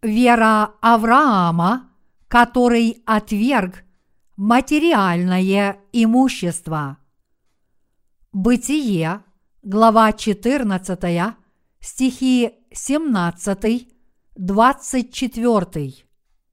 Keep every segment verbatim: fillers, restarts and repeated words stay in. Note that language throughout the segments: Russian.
вера Авраама, который отверг материальное имущество. Бытие, глава четырнадцатая, стихи семнадцатый, двадцать четвертый.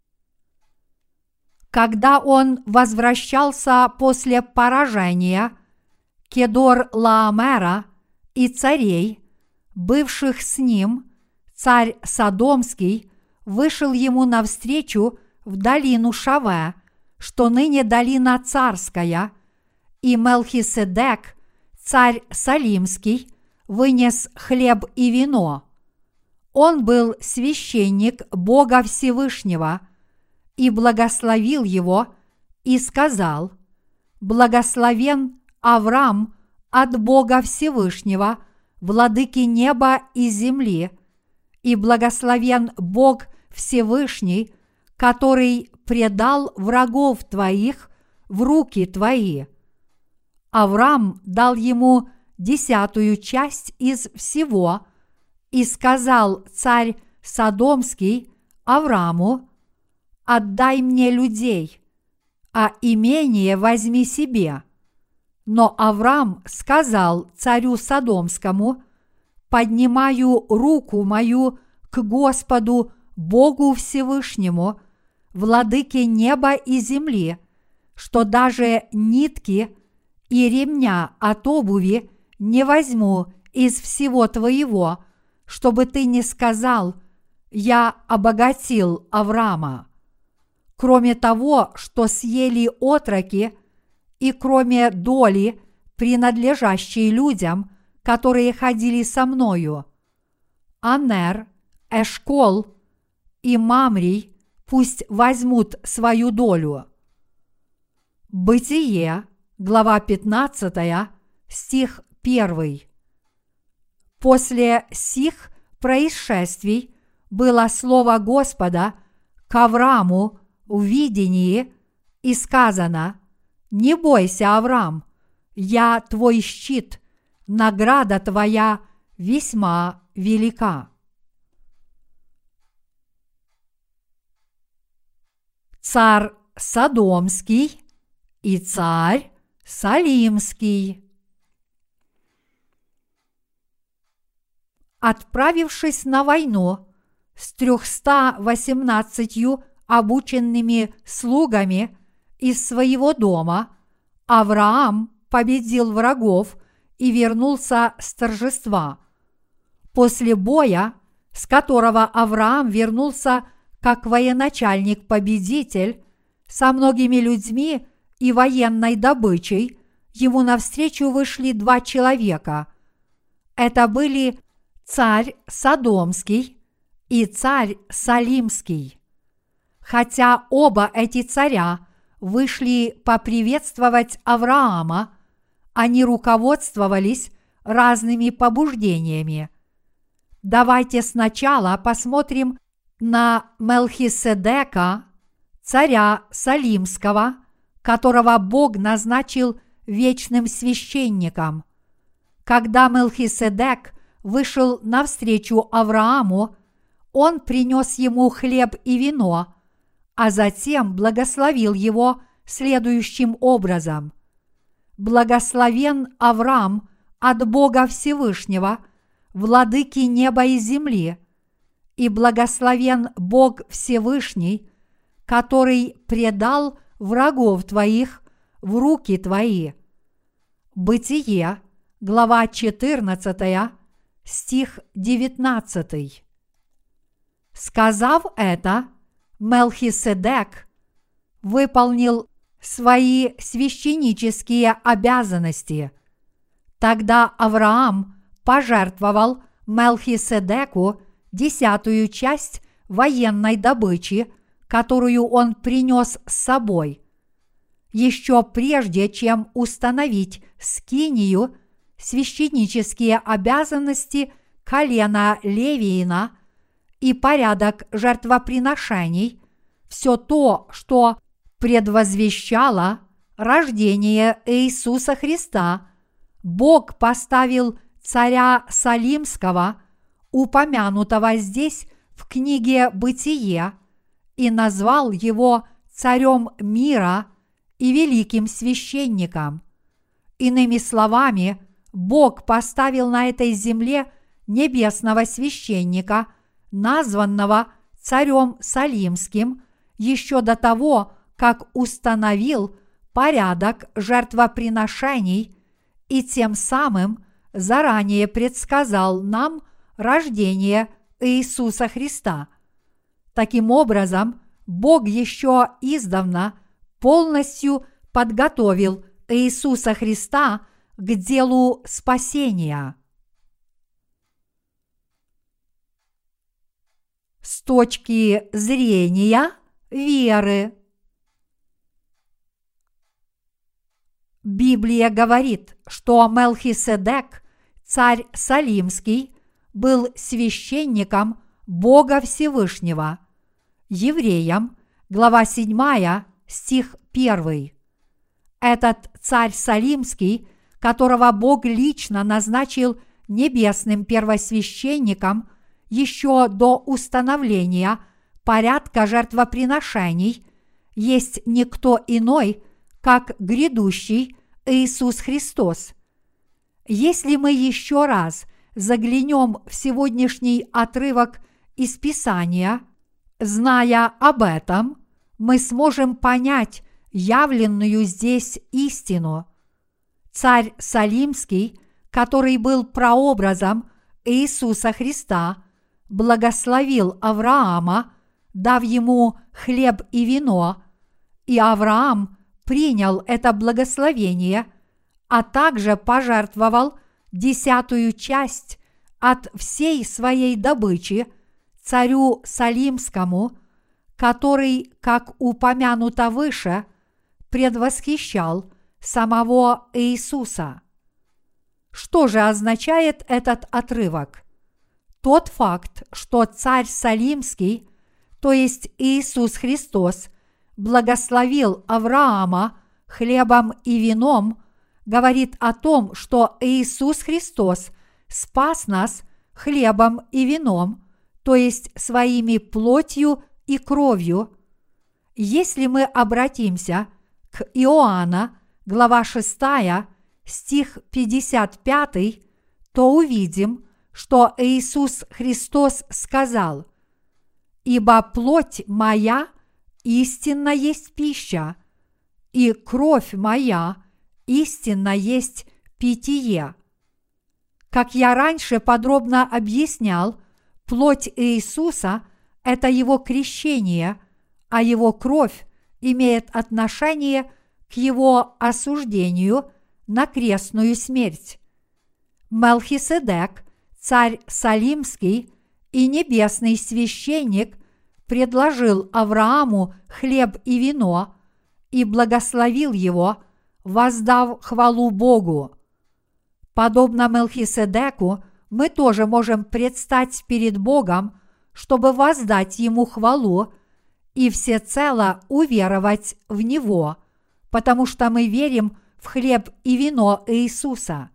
Когда он возвращался после поражения Кедор-Лаомера и царей, бывших с ним, царь Содомский вышел ему навстречу в долину Шаве, что ныне долина царская, и Мелхиседек, царь Салимский, вынес хлеб и вино. Он был священник Бога Всевышнего и благословил его и сказал: «Благословен Авраам от Бога Всевышнего, владыки неба и земли, и благословен Бог Всевышний, который предал врагов твоих в руки твои». Авраам дал ему десятую часть из всего, и сказал царь Содомский Аврааму: «Отдай мне людей, а имение возьми себе». Но Авраам сказал царю Содомскому: «Поднимаю руку мою к Господу Богу Всевышнему, владыке неба и земли, что даже нитки и ремня от обуви не возьму из всего твоего, чтобы ты не сказал: я обогатил Авраама. Кроме того, что съели отроки, и кроме доли, принадлежащей людям, которые ходили со мною, Анер, Эшкол и Мамрий пусть возьмут свою долю». Бытие, глава пятнадцатая, стих первый. После сих происшествий было слово Господа к Аврааму в видении, и сказано: «Не бойся, Авраам, я твой щит, награда твоя весьма велика». Царь Содомский и царь Салимский. Отправившись на войну с трехста восемнадцатью обученными слугами из своего дома, Авраам победил врагов и вернулся с торжества. После боя, с которого Авраам вернулся как военачальник-победитель, со многими людьми и военной добычей, ему навстречу вышли два человека. Это были царь Содомский и царь Салимский. Хотя оба эти царя вышли поприветствовать Авраама, они руководствовались разными побуждениями. Давайте сначала посмотрим на Мелхиседека, царя Салимского, которого Бог назначил вечным священником. Когда Мелхиседек вышел навстречу Аврааму, он принес ему хлеб и вино, а затем благословил его следующим образом: «Благословен Авраам от Бога Всевышнего, владыки неба и земли, и благословен Бог Всевышний, который предал врагов твоих в руки твои». Бытие, глава четырнадцатая, стих девятнадцатый. Сказав это, Мелхиседек выполнил свои священнические обязанности. Тогда Авраам пожертвовал Мелхиседеку десятую часть военной добычи, которую он принес с собой. Еще прежде, чем установить скинию, священнические обязанности колена Левиина и порядок жертвоприношений, все то, что предвозвещало рождение Иисуса Христа, Бог поставил царя Салимского, упомянутого здесь в книге «Бытие» и назвал его царем мира и великим священником. Иными словами, Бог поставил на этой земле небесного священника, названного царем Салимским, еще до того, как установил порядок жертвоприношений и тем самым заранее предсказал нам рождение Иисуса Христа. Таким образом, Бог еще издавна полностью подготовил Иисуса Христа к делу спасения. С точки зрения веры. Библия говорит, что Мелхиседек, царь Салимский, был священником Бога Всевышнего. Евреям, глава седьмая, стих первый. Этот царь Салимский, которого Бог лично назначил небесным первосвященником еще до установления порядка жертвоприношений, есть никто иной, как грядущий Иисус Христос. Если мы еще раз заглянем в сегодняшний отрывок из Писания, зная об этом, мы сможем понять явленную здесь истину. Царь Салимский, который был прообразом Иисуса Христа, благословил Авраама, дав ему хлеб и вино, и Авраам принял это благословение, а также пожертвовал десятую часть от всей своей добычи царю Салимскому, который, как упомянуто выше, предвосхищал самого Иисуса. Что же означает этот отрывок? Тот факт, что царь Салимский, то есть Иисус Христос, благословил Авраама хлебом и вином, говорит о том, что Иисус Христос спас нас хлебом и вином, то есть своими плотью и кровью. Если мы обратимся к Иоанна, глава шестая, стих пятьдесят пятый, то увидим, что Иисус Христос сказал: «Ибо плоть моя истинно есть пища, и кровь моя истинно есть питье». Как я раньше подробно объяснял, плоть Иисуса – это Его крещение, а Его кровь имеет отношение к Его осуждению на крестную смерть. Мелхиседек, царь Салимский и небесный священник, предложил Аврааму хлеб и вино и благословил его, воздав хвалу Богу. Подобно Мелхиседеку, мы тоже можем предстать перед Богом, чтобы воздать Ему хвалу и всецело уверовать в Него, потому что мы верим в хлеб и вино Иисуса.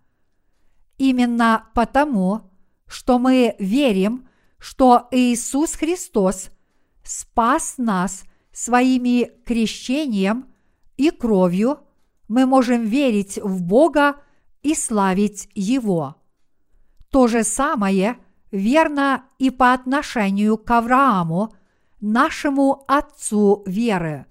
Именно потому, что мы верим, что Иисус Христос спас нас своими крещением и кровью, мы можем верить в Бога и славить Его. То же самое верно и по отношению к Аврааму, нашему отцу веры.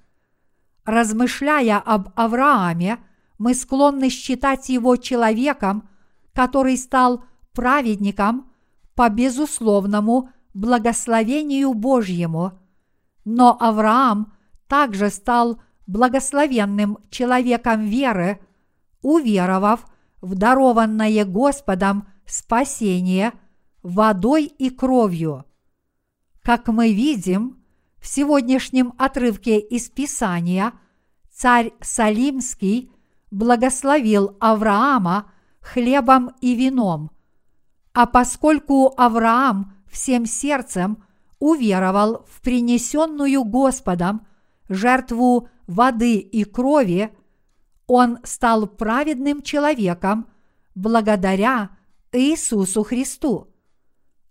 Размышляя об Аврааме, мы склонны считать его человеком, который стал праведником по безусловному благословению Божьему. Но Авраам также стал благословенным человеком веры, уверовав в дарованное Господом спасение водой и кровью. Как мы видим, в сегодняшнем отрывке из Писания царь Салимский благословил Авраама хлебом и вином, а поскольку Авраам всем сердцем уверовал в принесенную Господом жертву воды и крови, он стал праведным человеком благодаря Иисусу Христу.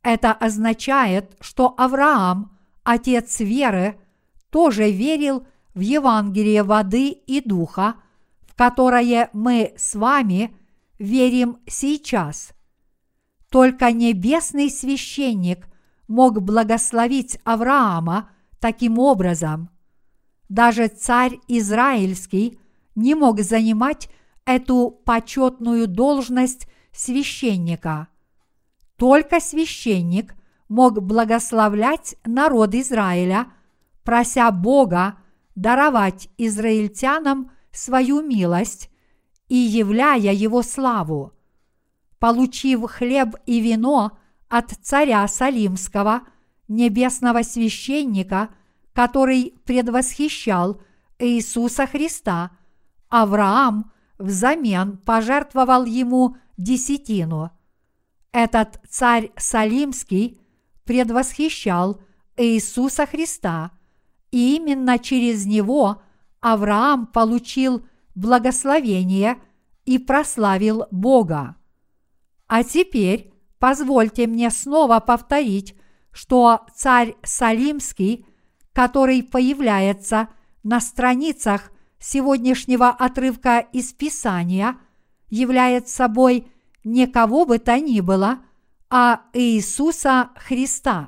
Это означает, что Авраам, отец веры, тоже верил в Евангелие воды и духа, в которое мы с вами верим сейчас. Только небесный священник мог благословить Авраама таким образом. Даже царь Израильский не мог занимать эту почетную должность священника. Только священник мог благословлять народ Израиля, прося Бога даровать израильтянам свою милость и являя его славу. Получив хлеб и вино от царя Салимского, небесного священника, который предвосхищал Иисуса Христа, Авраам взамен пожертвовал ему десятину. Этот царь Салимский предвосхищал Иисуса Христа, и именно через него Авраам получил благословение и прославил Бога. А теперь позвольте мне снова повторить, что царь Салимский, который появляется на страницах сегодняшнего отрывка из Писания, является собой не кого бы то ни было, а Иисуса Христа.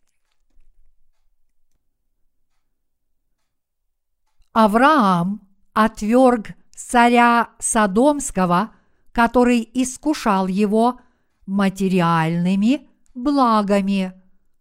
Авраам отверг царя Содомского, который искушал его материальными благами.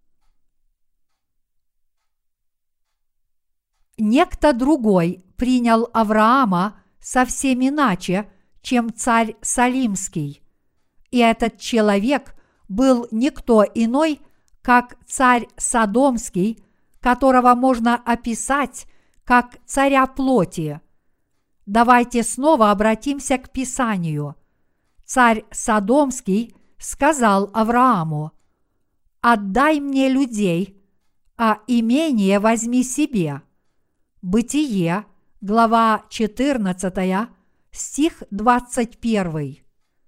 Некто другой принял Авраама совсем иначе, чем царь Салимский. И этот человек был никто иной, как царь Содомский, которого можно описать как царя плоти. Давайте снова обратимся к Писанию. Царь Содомский сказал Аврааму: «Отдай мне людей, а имение возьми себе». Бытие, глава четырнадцатая, стих двадцать первый.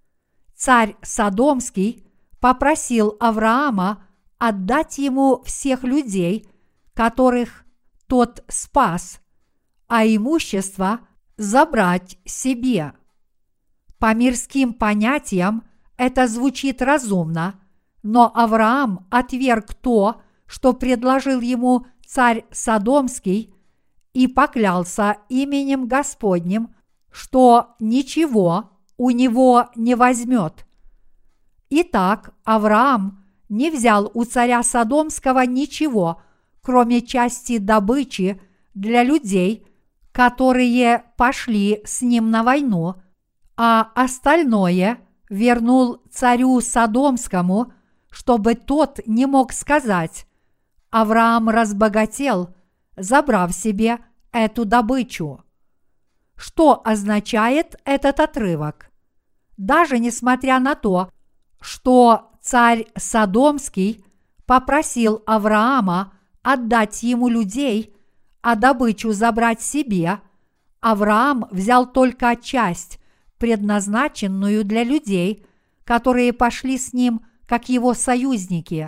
Царь Содомский попросил Авраама отдать ему всех людей, которых тот спас, а имущество забрать себе. По мирским понятиям это звучит разумно, но Авраам отверг то, что предложил ему царь Содомский, и поклялся именем Господним, что ничего у него не возьмет. Итак, Авраам не взял у царя Содомского ничего, кроме части добычи для людей, которые пошли с ним на войну, а остальное вернул царю Содомскому, чтобы тот не мог сказать: «Авраам разбогател, забрав себе эту добычу». Что означает этот отрывок? Даже несмотря на то, что царь Содомский попросил Авраама отдать ему людей, а добычу забрать себе, Авраам взял только часть, предназначенную для людей, которые пошли с ним как его союзники.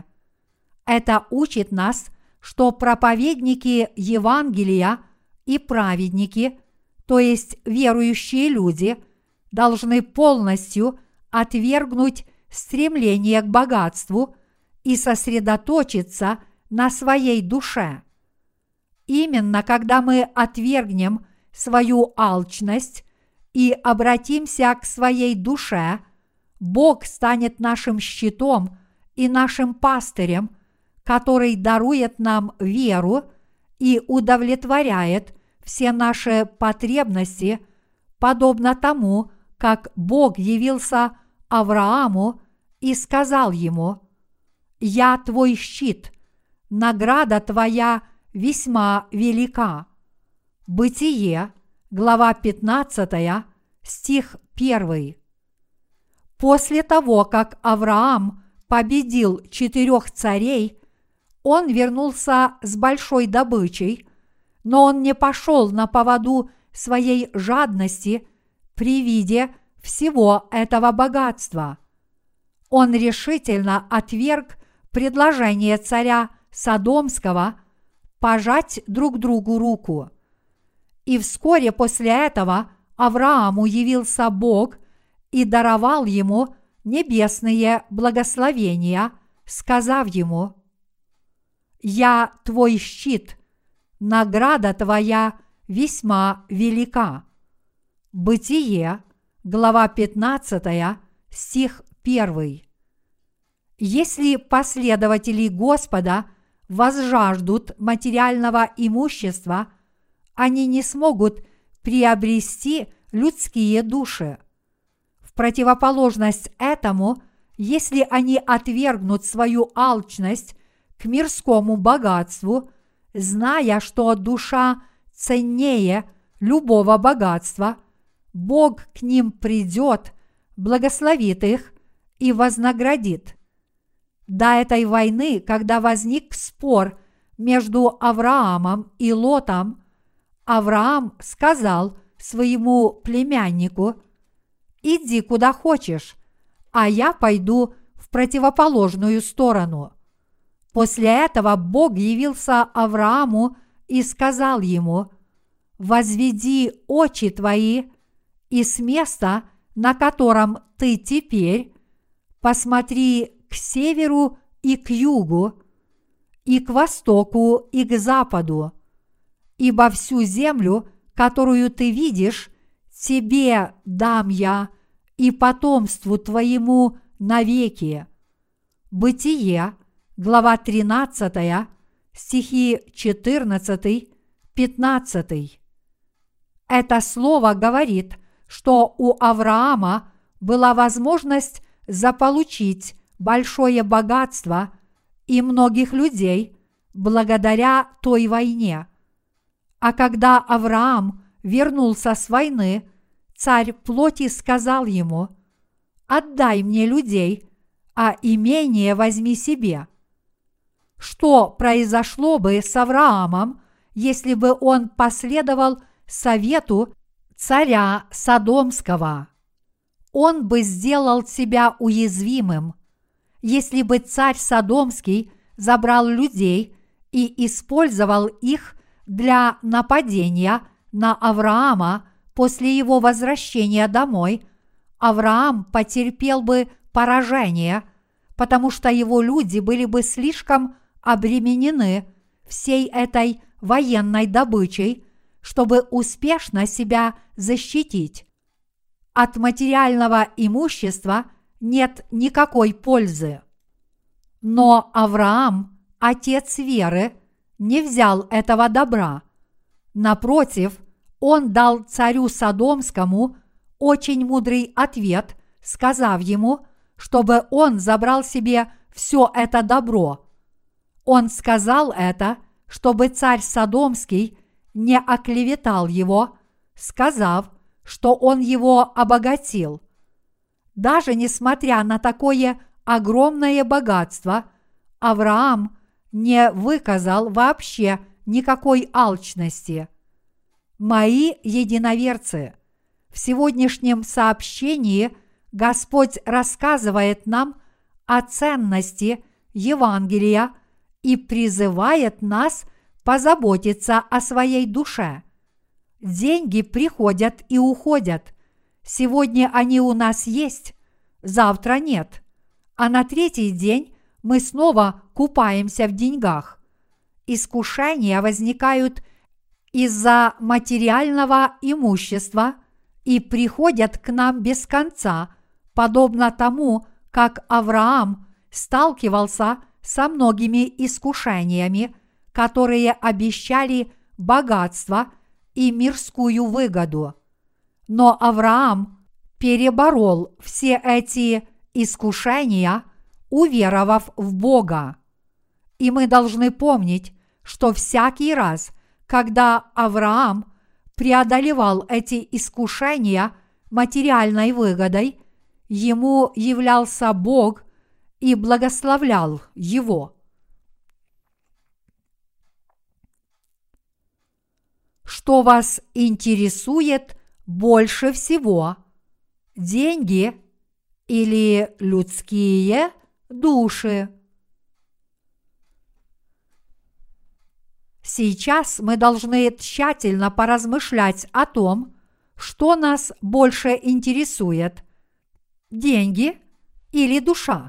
Это учит нас, что проповедники Евангелия и праведники, то есть верующие люди, должны полностью отвергнуть стремление к богатству и сосредоточиться на своей душе. Именно когда мы отвергнем свою алчность и обратимся к своей душе, Бог станет нашим щитом и нашим пастырем, который дарует нам веру и удовлетворяет все наши потребности, подобно тому, как Бог явился Аврааму и сказал ему: «Я твой щит, награда твоя весьма велика». Бытие, глава пятнадцатая, стих первый. После того, как Авраам победил четырех царей, он вернулся с большой добычей, но он не пошел на поводу своей жадности при виде всего этого богатства. Он решительно отверг предложение царя Содомского пожать друг другу руку. И вскоре после этого Аврааму явился Бог и даровал ему небесные благословения, сказав ему: «Я твой щит, награда твоя весьма велика». Бытие, глава пятнадцатая, стих первый. Если последователи Господа возжаждут материального имущества, они не смогут приобрести людские души. В противоположность этому, если они отвергнут свою алчность к мирскому богатству, зная, что душа ценнее любого богатства, Бог к ним придет, благословит их и вознаградит. До этой войны, когда возник спор между Авраамом и Лотом, Авраам сказал своему племяннику: «Иди куда хочешь, а я пойду в противоположную сторону». После этого Бог явился Аврааму и сказал ему: «Возведи очи твои, и с места, на котором ты теперь, посмотри к северу и к югу, и к востоку и к западу, ибо всю землю, которую ты видишь, тебе дам я и потомству твоему навеки». Бытие, глава тринадцатая, стихи четырнадцатый, пятнадцатый. Это слово говорит, что у Авраама была возможность заполучить большое богатство и многих людей благодаря той войне. А когда Авраам вернулся с войны, царь плоти сказал ему: «Отдай мне людей, а имение возьми себе». Что произошло бы с Авраамом, если бы он последовал совету царя Содомского? Он бы сделал себя уязвимым. Если бы царь Содомский забрал людей и использовал их для нападения на Авраама после его возвращения домой, Авраам потерпел бы поражение, потому что его люди были бы слишком обременены всей этой военной добычей, чтобы успешно себя защитить. От материального имущества нет никакой пользы. Но Авраам, отец веры, не взял этого добра. Напротив, он дал царю Содомскому очень мудрый ответ, сказав ему, чтобы он забрал себе все это добро. Он сказал это, чтобы царь Содомский не оклеветал его, сказав, что он его обогатил. Даже несмотря на такое огромное богатство, Авраам не выказал вообще никакой алчности. Мои единоверцы, в сегодняшнем сообщении Господь рассказывает нам о ценности Евангелия и призывает нас позаботиться о своей душе. Деньги приходят и уходят. Сегодня они у нас есть, завтра нет, а на третий день мы снова купаемся в деньгах. Искушения возникают из-за материального имущества и приходят к нам без конца, подобно тому, как Авраам сталкивался со многими искушениями, которые обещали богатство и мирскую выгоду. Но Авраам переборол все эти искушения, уверовав в Бога. И мы должны помнить, что всякий раз, когда Авраам преодолевал эти искушения материальной выгодой, ему являлся Бог и благословлял его. Что вас интересует больше всего? Деньги или людские души? Сейчас мы должны тщательно поразмышлять о том, что нас больше интересует – деньги или душа.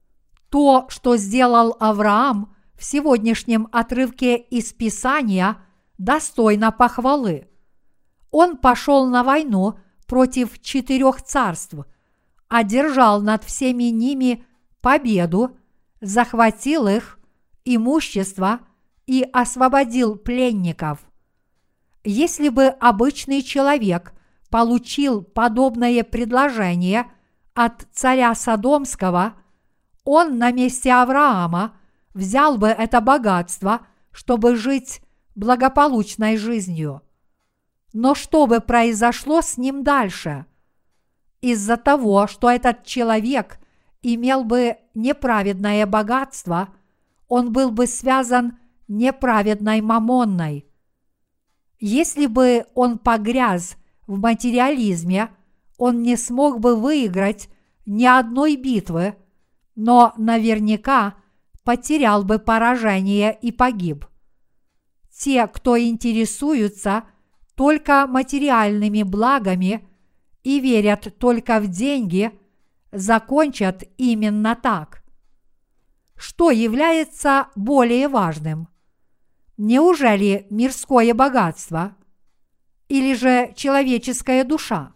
То, что сделал Авраам в сегодняшнем отрывке из Писания, достойно похвалы. Он пошел на войну против четырех царств, одержал над всеми ними победу, захватил их имущество и освободил пленников. Если бы обычный человек получил подобное предложение от царя Содомского, он на месте Авраама взял бы это богатство, чтобы жить благополучной жизнью. Но что бы произошло с ним дальше? Из-за того, что этот человек имел бы неправедное богатство, он был бы связан неправедной мамонной. Если бы он погряз в материализме, он не смог бы выиграть ни одной битвы, но наверняка потерял бы поражение и погиб. Те, кто интересуются только материальными благами и верят только в деньги, закончат именно так. Что является более важным? Неужели мирское богатство или же человеческая душа?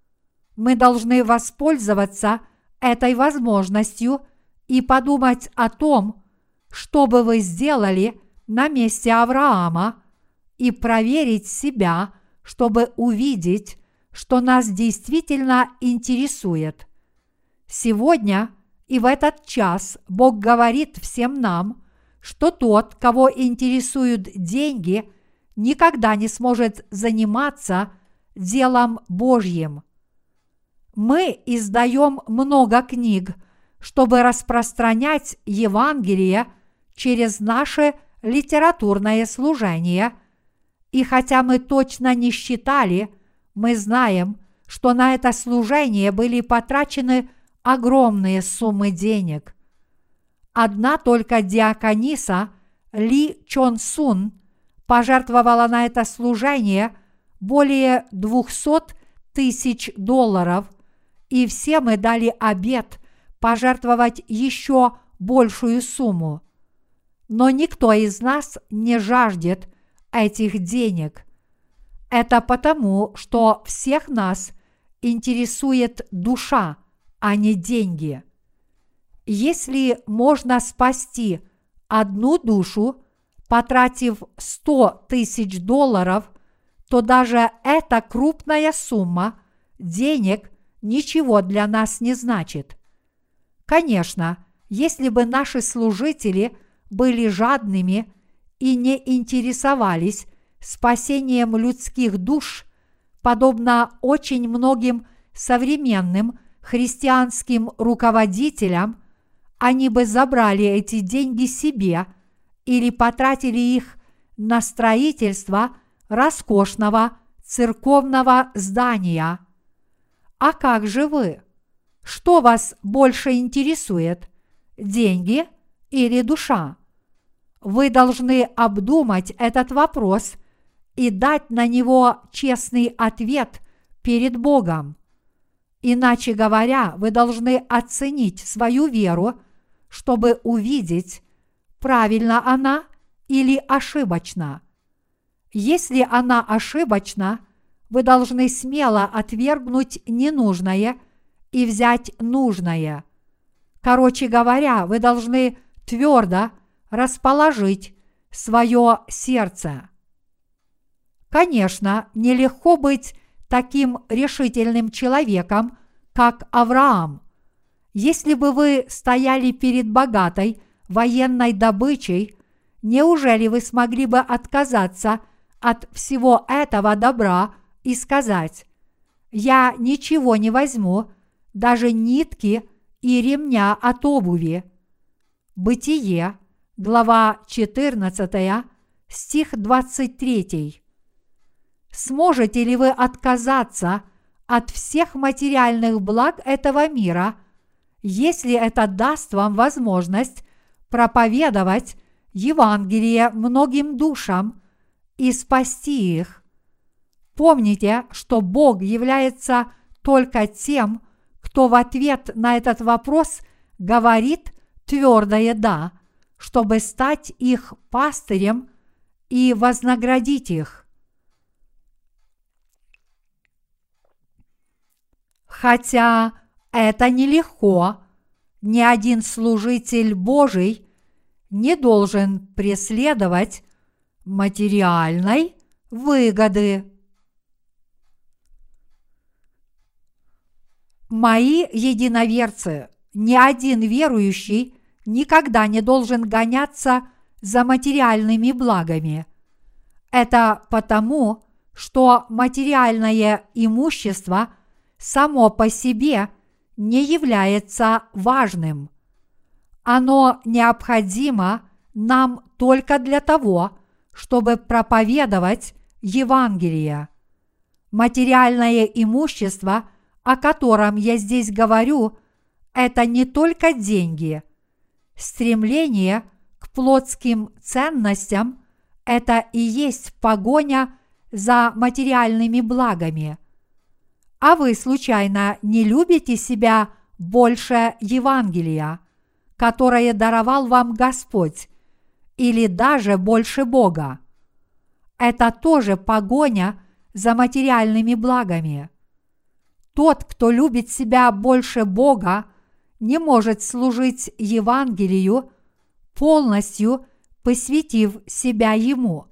Мы должны воспользоваться этой возможностью и подумать о том, что бы вы сделали на месте Авраама, и проверить себя, чтобы увидеть, что нас действительно интересует. Сегодня и в этот час Бог говорит всем нам, что тот, кого интересуют деньги, никогда не сможет заниматься делом Божьим. Мы издаем много книг, чтобы распространять Евангелие через наше литературное служение, и хотя мы точно не считали, мы знаем, что на это служение были потрачены огромные суммы денег. Одна только диакониса Ли Чон Сун пожертвовала на это служение более двухсот тысяч долларов, и все мы дали обет пожертвовать еще большую сумму. Но никто из нас не жаждет этих денег. Это потому, что всех нас интересует душа, а не деньги. Если можно спасти одну душу, потратив сто тысяч долларов, то даже эта крупная сумма денег ничего для нас не значит. Конечно, если бы наши служители были жадными и не интересовались спасением людских душ, подобно очень многим современным христианским руководителям, они бы забрали эти деньги себе или потратили их на строительство роскошного церковного здания. А как же вы? Что вас больше интересует? Деньги или душа? Вы должны обдумать этот вопрос и дать на него честный ответ перед Богом. Иначе говоря, вы должны оценить свою веру, чтобы увидеть, правильно она или ошибочна. Если она ошибочна, вы должны смело отвергнуть ненужное и взять нужное. Короче говоря, вы должны твердо расположить свое сердце. Конечно, нелегко быть таким решительным человеком, как Авраам. Если бы вы стояли перед богатой военной добычей, неужели вы смогли бы отказаться от всего этого добра и сказать: «Я ничего не возьму, даже нитки и ремня от обуви»? Бытие, глава четырнадцатая, стих двадцать третий. Сможете ли вы отказаться от всех материальных благ этого мира, если это даст вам возможность проповедовать Евангелие многим душам и спасти их. Помните, что Бог является только тем, кто в ответ на этот вопрос говорит твердое «да», чтобы стать их пастырем и вознаградить их. Хотя это нелегко, ни один служитель Божий не должен преследовать материальной выгоды. Мои единоверцы, ни один верующий никогда не должен гоняться за материальными благами. Это потому, что материальное имущество само по себе не является важным. Оно необходимо нам только для того, чтобы проповедовать Евангелие. Материальное имущество, о котором я здесь говорю, это не только деньги. Стремление к плотским ценностям – это и есть погоня за материальными благами. А вы, случайно, не любите себя больше Евангелия, которое даровал вам Господь, или даже больше Бога? Это тоже погоня за материальными благами. Тот, кто любит себя больше Бога, не может служить Евангелию, полностью посвятив себя Ему.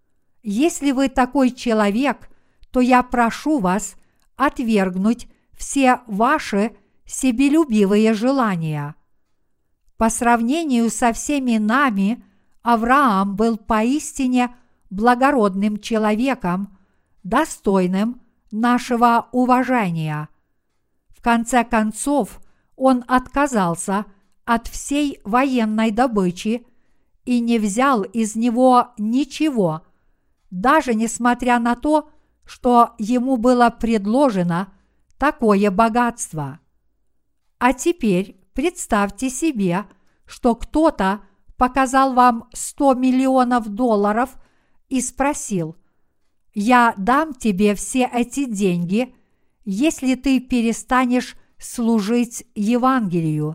Если вы такой человек, то я прошу вас отвергнуть все ваши себелюбивые желания. По сравнению со всеми нами, Авраам был поистине благородным человеком, достойным нашего уважения. В конце концов, он отказался от всей военной добычи и не взял из него ничего, даже несмотря на то, что ему было предложено такое богатство. А теперь представьте себе, что кто-то показал вам сто миллионов долларов и спросил: «Я дам тебе все эти деньги, если ты перестанешь служить Евангелию».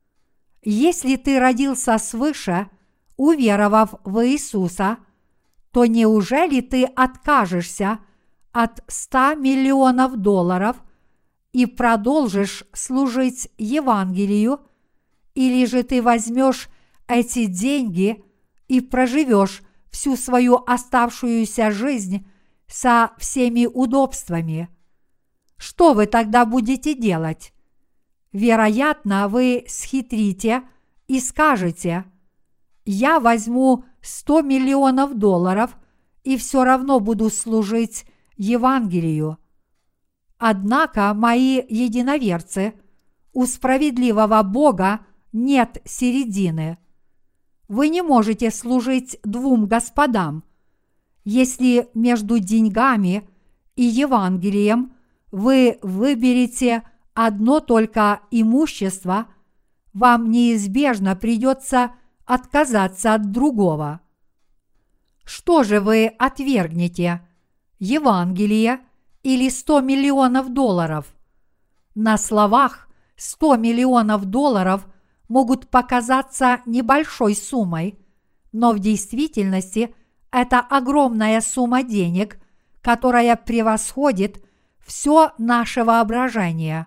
Если ты родился свыше, уверовав в Иисуса, то неужели ты откажешься от ста миллионов долларов и продолжишь служить Евангелию, или же ты возьмешь эти деньги и проживешь всю свою оставшуюся жизнь со всеми удобствами? Что вы тогда будете делать? Вероятно, вы схитрите и скажете: «Я возьму сто миллионов долларов и все равно буду служить Евангелию». Однако, мои единоверцы, у справедливого Бога нет середины. Вы не можете служить двум господам. Если между деньгами и Евангелием вы выберете одно только имущество, вам неизбежно придется отказаться от другого. Что же вы отвергнете? Евангелие или сто миллионов долларов? На словах сто миллионов долларов могут показаться небольшой суммой, но в действительности это огромная сумма денег, которая превосходит все наше воображение.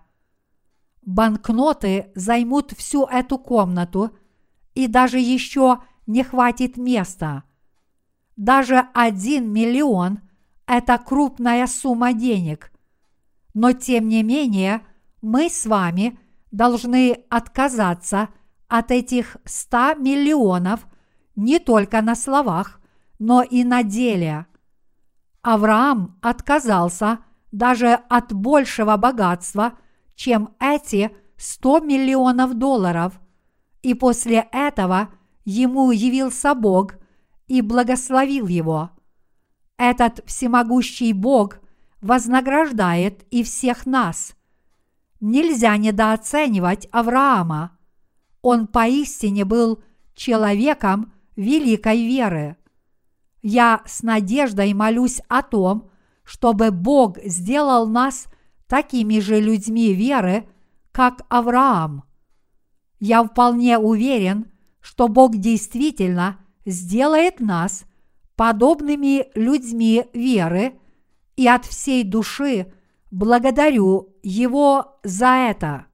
Банкноты займут всю эту комнату, и даже еще не хватит места. Даже один миллион – это крупная сумма денег. Но тем не менее, мы с вами должны отказаться от этих ста миллионов не только на словах, но и на деле. Авраам отказался даже от большего богатства, чем эти сто миллионов долларов, и после этого ему явился Бог и благословил его. Этот всемогущий Бог вознаграждает и всех нас. Нельзя недооценивать Авраама. Он поистине был человеком великой веры. Я с надеждой молюсь о том, чтобы Бог сделал нас такими же людьми веры, как Авраам. Я вполне уверен, что Бог действительно сделает нас подобными людьми веры, и от всей души благодарю Его за это.